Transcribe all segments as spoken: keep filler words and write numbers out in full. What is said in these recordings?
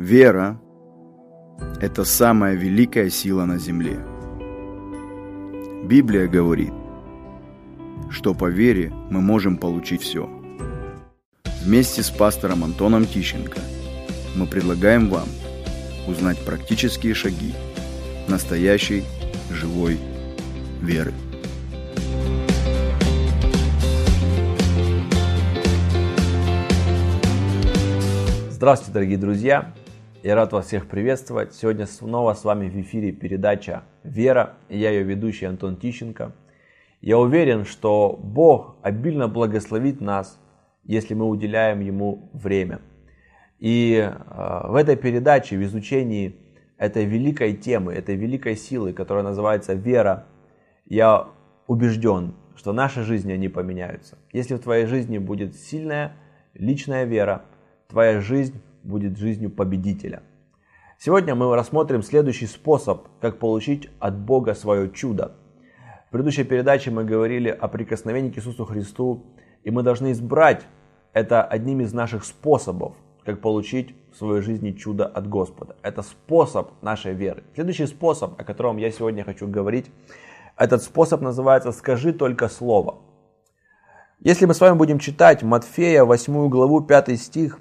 Вера – это самая великая сила на земле. Библия говорит, что по вере мы можем получить все. Вместе с пастором Антоном Тищенко мы предлагаем вам узнать практические шаги настоящей живой веры. Здравствуйте, дорогие друзья! Я рад вас всех приветствовать. Сегодня снова с вами в эфире передача «Вера». И я ее ведущий Антон Тищенко. Я уверен, что Бог обильно благословит нас, если мы уделяем Ему время. И э, в этой передаче, в изучении этой великой темы, этой великой силы, которая называется вера, я убежден, что наши жизни, они поменяются. Если в твоей жизни будет сильная личная вера, твоя жизнь будет жизнью победителя. Сегодня мы рассмотрим следующий способ, как получить от Бога свое чудо. В предыдущей передаче мы говорили о прикосновении к Иисусу Христу, и мы должны избрать это одним из наших способов, как получить в своей жизни чудо от Господа. Это способ нашей веры. Следующий способ, о котором я сегодня хочу говорить, этот способ называется «Скажи только слово». Если мы с вами будем читать Матфея, восьмую главу, пятый стих,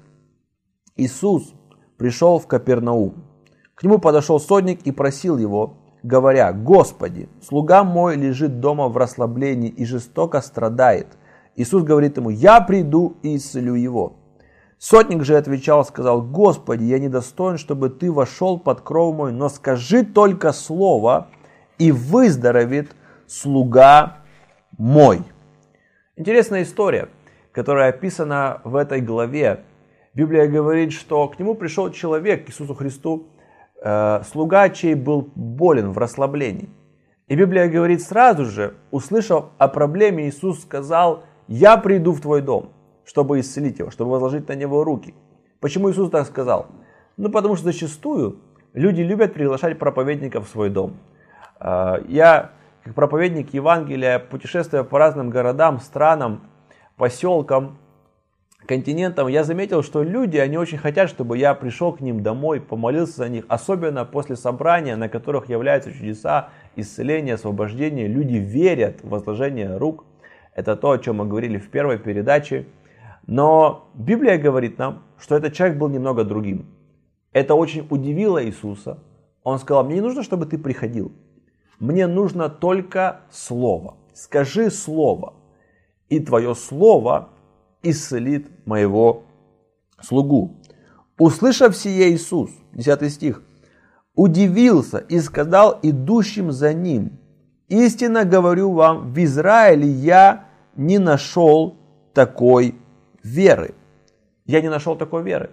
Иисус пришел в Капернаум. К нему подошел сотник и просил его, говоря: «Господи, слуга мой лежит дома в расслаблении и жестоко страдает». Иисус говорит ему: «Я приду и исцелю его». Сотник же отвечал, сказал: «Господи, я недостоин, чтобы ты вошел под кров мой, но скажи только слово, и выздоровеет слуга мой». Интересная история, которая описана в этой главе. Библия говорит, что к нему пришел человек, к Иисусу Христу, э, слуга, чей был болен в расслаблении. И Библия говорит, сразу же, услышав о проблеме, Иисус сказал: «Я приду в твой дом, чтобы исцелить его, чтобы возложить на него руки». Почему Иисус так сказал? Ну, потому что зачастую люди любят приглашать проповедников в свой дом. Э, я, как проповедник Евангелия, путешествуя по разным городам, странам, поселкам, континентам, я заметил, что люди, они очень хотят, чтобы я пришел к ним домой, помолился за них, особенно после собрания, на которых являются чудеса, исцеления, освобождения. Люди верят в возложение рук. Это то, о чем мы говорили в первой передаче. Но Библия говорит нам, что этот человек был немного другим. Это очень удивило Иисуса. Он сказал: «Мне не нужно, чтобы ты приходил. Мне нужно только слово. Скажи слово, и твое слово исцелит моего слугу». Услышав сие, Иисус, десятый стих, удивился и сказал идущим за ним: «Истинно говорю вам, в Израиле я не нашел такой веры». Я не нашел такой веры.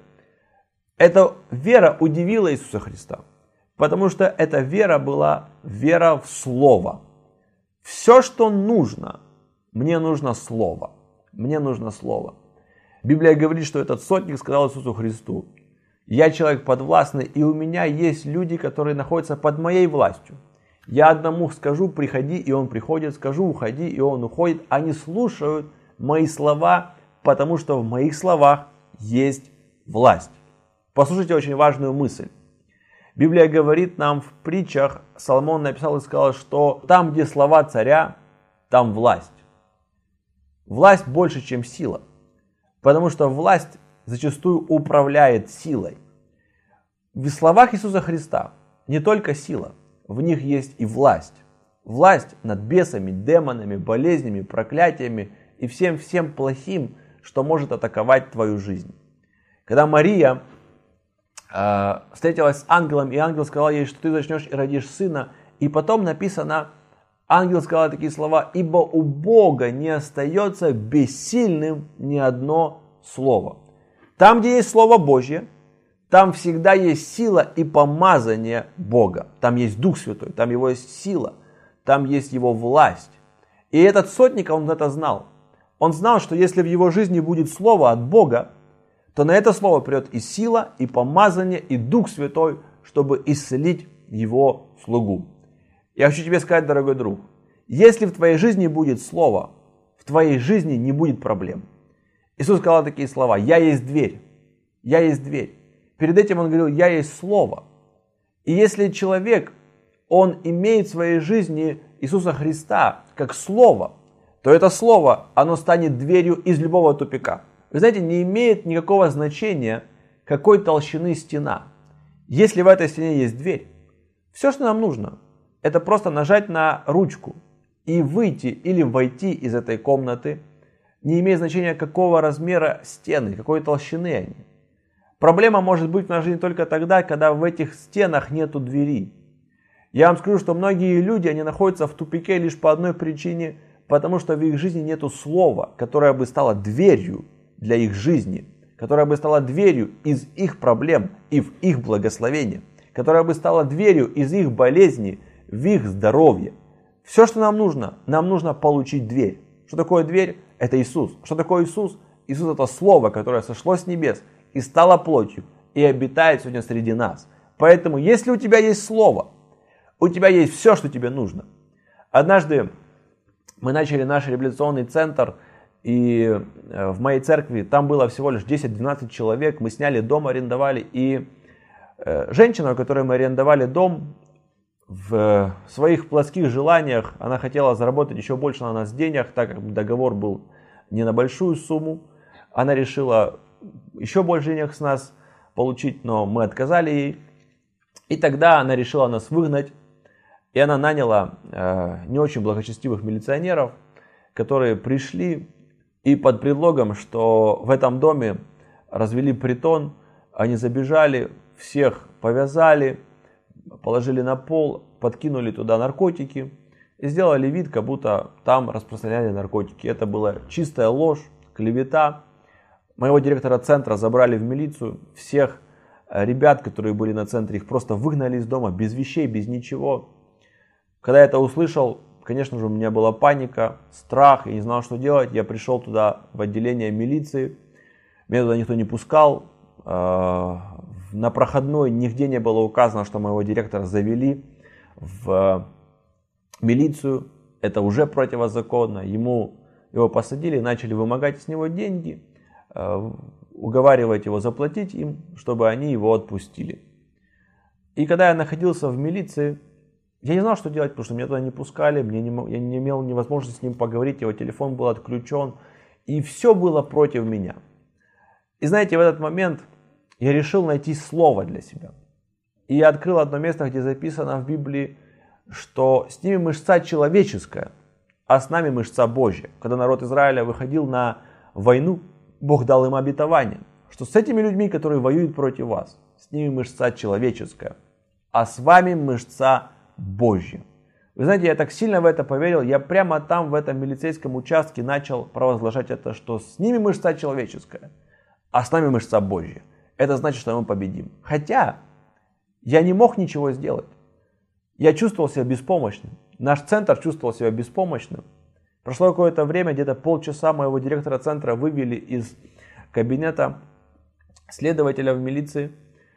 Эта вера удивила Иисуса Христа, потому что эта вера была вера в Слово. Все, что нужно, мне нужно Слово. Мне нужно слово. Библия говорит, что этот сотник сказал Иисусу Христу: «Я человек подвластный, и у меня есть люди, которые находятся под моей властью. Я одному скажу: приходи, и он приходит, скажу: уходи, и он уходит. Они слушают мои слова, потому что в моих словах есть власть». Послушайте очень важную мысль. Библия говорит нам в притчах, Соломон написал и сказал, что там, где слова царя, там власть. Власть больше, чем сила, потому что власть зачастую управляет силой. В словах Иисуса Христа не только сила, в них есть и власть. Власть над бесами, демонами, болезнями, проклятиями и всем-всем плохим, что может атаковать твою жизнь. Когда Мария э, встретилась с ангелом, и ангел сказал ей, что ты зачнешь и родишь сына, и потом написано, ангел сказал такие слова: «Ибо у Бога не остается бессильным ни одно слово». Там, где есть Слово Божье, там всегда есть сила и помазание Бога. Там есть Дух Святой, там Его есть сила, там есть Его власть. И этот сотник, он это знал. Он знал, что если в его жизни будет Слово от Бога, то на это Слово придет и сила, и помазание, и Дух Святой, чтобы исцелить его слугу. Я хочу тебе сказать, дорогой друг, если в твоей жизни будет Слово, в твоей жизни не будет проблем. Иисус сказал такие слова: «Я есть дверь, я есть дверь. перед этим он говорил: «Я есть Слово». И если человек, он имеет в своей жизни Иисуса Христа как Слово, то это Слово, оно станет дверью из любого тупика. Вы знаете, не имеет никакого значения, какой толщины стена. Если в этой стене есть дверь, все, что нам нужно, это просто нажать на ручку и выйти или войти из этой комнаты, не имеет значения, какого размера стены, какой толщины они. Проблема может быть в нашей жизни только тогда, когда в этих стенах нету двери. Я вам скажу, что многие люди, они находятся в тупике лишь по одной причине, потому что в их жизни нету слова, которое бы стало дверью для их жизни, которое бы стало дверью из их проблем и в их благословение, которое бы стало дверью из их болезни в их здоровье. Все, что нам нужно, нам нужно получить дверь. Что такое дверь? Это Иисус. Что такое Иисус? Иисус — это Слово, которое сошло с небес и стало плотью, и обитает сегодня среди нас. Поэтому, если у тебя есть Слово, у тебя есть все, что тебе нужно. Однажды мы начали наш реабилитационный центр, и в моей церкви там было всего лишь десять-двенадцать человек. Мы сняли дом, арендовали, и женщина, у которой мы арендовали дом, в своих плотских желаниях она хотела заработать еще больше на нас денег, так как договор был не на большую сумму. Она решила еще больше денег с нас получить, но мы отказали ей. И тогда она решила нас выгнать, и она наняла э, не очень благочестивых милиционеров, которые пришли и под предлогом, что в этом доме развели притон, они забежали, всех повязали, положили на пол, подкинули туда наркотики и сделали вид, как будто там распространяли наркотики. Это была чистая ложь, клевета. Моего директора центра забрали в милицию. Всех ребят, которые были на центре, их просто выгнали из дома, без вещей, без ничего. Когда я это услышал, конечно же, у меня была паника, страх, я не знал, что делать. Я пришел туда, в отделение милиции. Меня туда никто не пускал. На проходной нигде не было указано, что моего директора завели в милицию. Это уже противозаконно. Ему, его посадили и начали вымогать с него деньги, уговаривать его заплатить им, чтобы они его отпустили. И когда я находился в милиции, я не знал, что делать, потому что меня туда не пускали, мне не, я не имел ни возможности с ним поговорить, его телефон был отключен, и все было против меня. И знаете, в этот момент я решил найти слово для себя. И я открыл одно место, где записано в Библии, что с ними мышца человеческая, а с нами мышца Божья. Когда народ Израиля выходил на войну, Бог дал им обетование, что с этими людьми, которые воюют против вас, с ними мышца человеческая, а с вами мышца Божья. Вы знаете, я так сильно в это поверил, я прямо там, в этом милицейском участке, начал провозглашать это, что с ними мышца человеческая, а с нами мышца Божья. Это значит, что мы победим. Хотя я не мог ничего сделать. Я чувствовал себя беспомощным. Наш центр чувствовал себя беспомощным. Прошло какое-то время, где-то полчаса, моего директора центра вывели из кабинета следователя в милиции.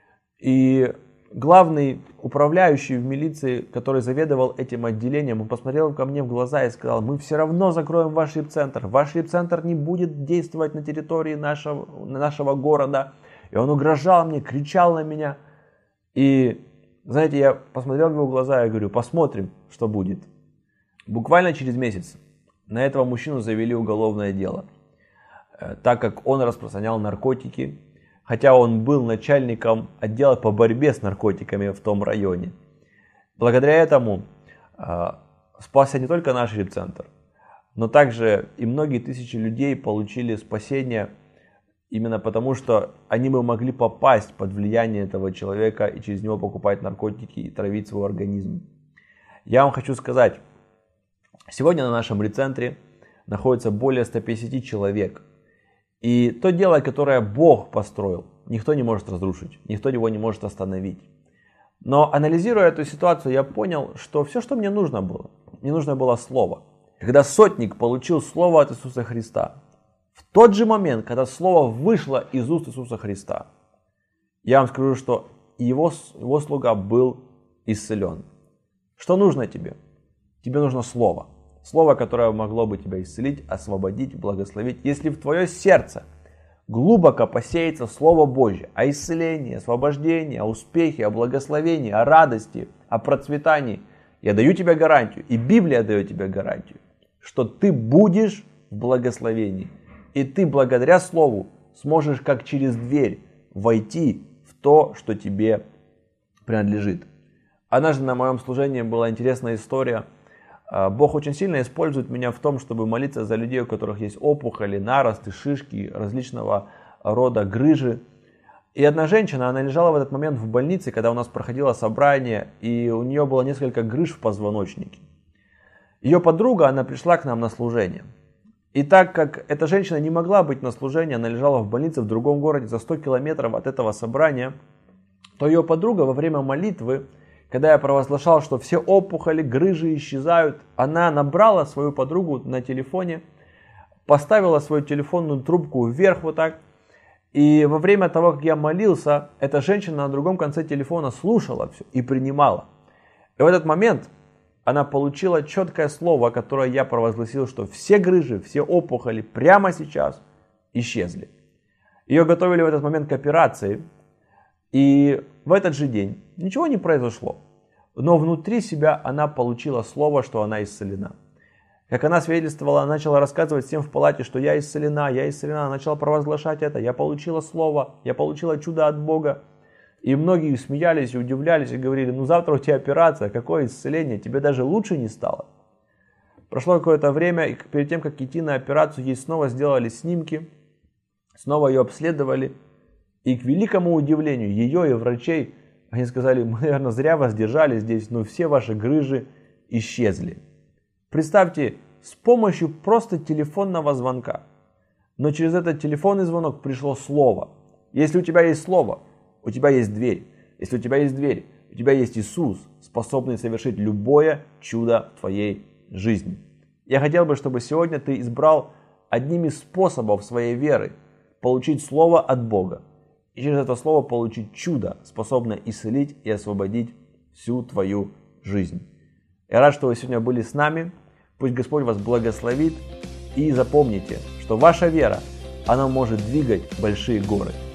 И главный управляющий в милиции, который заведовал этим отделением, он посмотрел ко мне в глаза и сказал: мы все равно закроем ваш репцентр. Ваш репцентр не будет действовать на территории нашего, нашего города. И он угрожал мне, кричал на меня. И, знаете, я посмотрел в его глаза и говорю: посмотрим, что будет. Буквально через месяц на этого мужчину завели уголовное дело, так как он распространял наркотики, хотя он был начальником отдела по борьбе с наркотиками в том районе. Благодаря этому э, спасся не только наш репцентр, но также и многие тысячи людей получили спасение, именно потому, что они бы могли попасть под влияние этого человека и через него покупать наркотики и травить свой организм. Я вам хочу сказать, сегодня на нашем репцентре находится более ста пятидесяти человек. И то дело, которое Бог построил, никто не может разрушить, никто его не может остановить. Но анализируя эту ситуацию, я понял, что все, что мне нужно было, мне нужно было слово. Когда сотник получил слово от Иисуса Христа, в тот же момент, когда слово вышло из уст Иисуса Христа, я вам скажу, что его, его слуга был исцелен. Что нужно тебе? Тебе нужно слово. Слово, которое могло бы тебя исцелить, освободить, благословить. Если в твое сердце глубоко посеется Слово Божье о исцелении, освобождении, о успехе, о благословении, о радости, о процветании, я даю тебе гарантию, и Библия дает тебе гарантию, что ты будешь в благословении. И ты благодаря Слову сможешь как через дверь войти в то, что тебе принадлежит. Однажды на моем служении была интересная история. Бог очень сильно использует меня в том, чтобы молиться за людей, у которых есть опухоли, наросты, шишки, различного рода грыжи. И одна женщина, она лежала в этот момент в больнице, когда у нас проходило собрание, и у нее было несколько грыж в позвоночнике. Ее подруга, она пришла к нам на служение. И так как эта женщина не могла быть на служении, она лежала в больнице в другом городе за сто километров от этого собрания, то ее подруга во время молитвы, когда я провозглашал, что все опухоли, грыжи исчезают, она набрала свою подругу на телефоне, поставила свою телефонную трубку вверх вот так, и во время того, как я молился, эта женщина на другом конце телефона слушала все и принимала. И в этот момент она получила четкое слово, которое я провозгласил, что все грыжи, все опухоли прямо сейчас исчезли. Ее готовили в этот момент к операции, и в этот же день ничего не произошло. Но внутри себя она получила слово, что она исцелена. Как она свидетельствовала, она начала рассказывать всем в палате, что я исцелена, я исцелена. Она начала провозглашать это. Я получила слово, я получила чудо от Бога. И многие смеялись и удивлялись и говорили, ну завтра у тебя операция, какое исцеление, тебе даже лучше не стало. Прошло какое-то время, и перед тем, как идти на операцию, ей снова сделали снимки, снова ее обследовали. И к великому удивлению ее и врачей, они сказали, мы, наверное, зря вас держали здесь, но все ваши грыжи исчезли. Представьте, с помощью просто телефонного звонка. Но через этот телефонный звонок пришло слово. Если у тебя есть слово, у тебя есть дверь. Если у тебя есть дверь, у тебя есть Иисус, способный совершить любое чудо в твоей жизни. Я хотел бы, чтобы сегодня ты избрал одним из способов своей веры получить слово от Бога. И через это слово получить чудо, способное исцелить и освободить всю твою жизнь. Я рад, что вы сегодня были с нами. Пусть Господь вас благословит. И запомните, что ваша вера, она может двигать большие горы.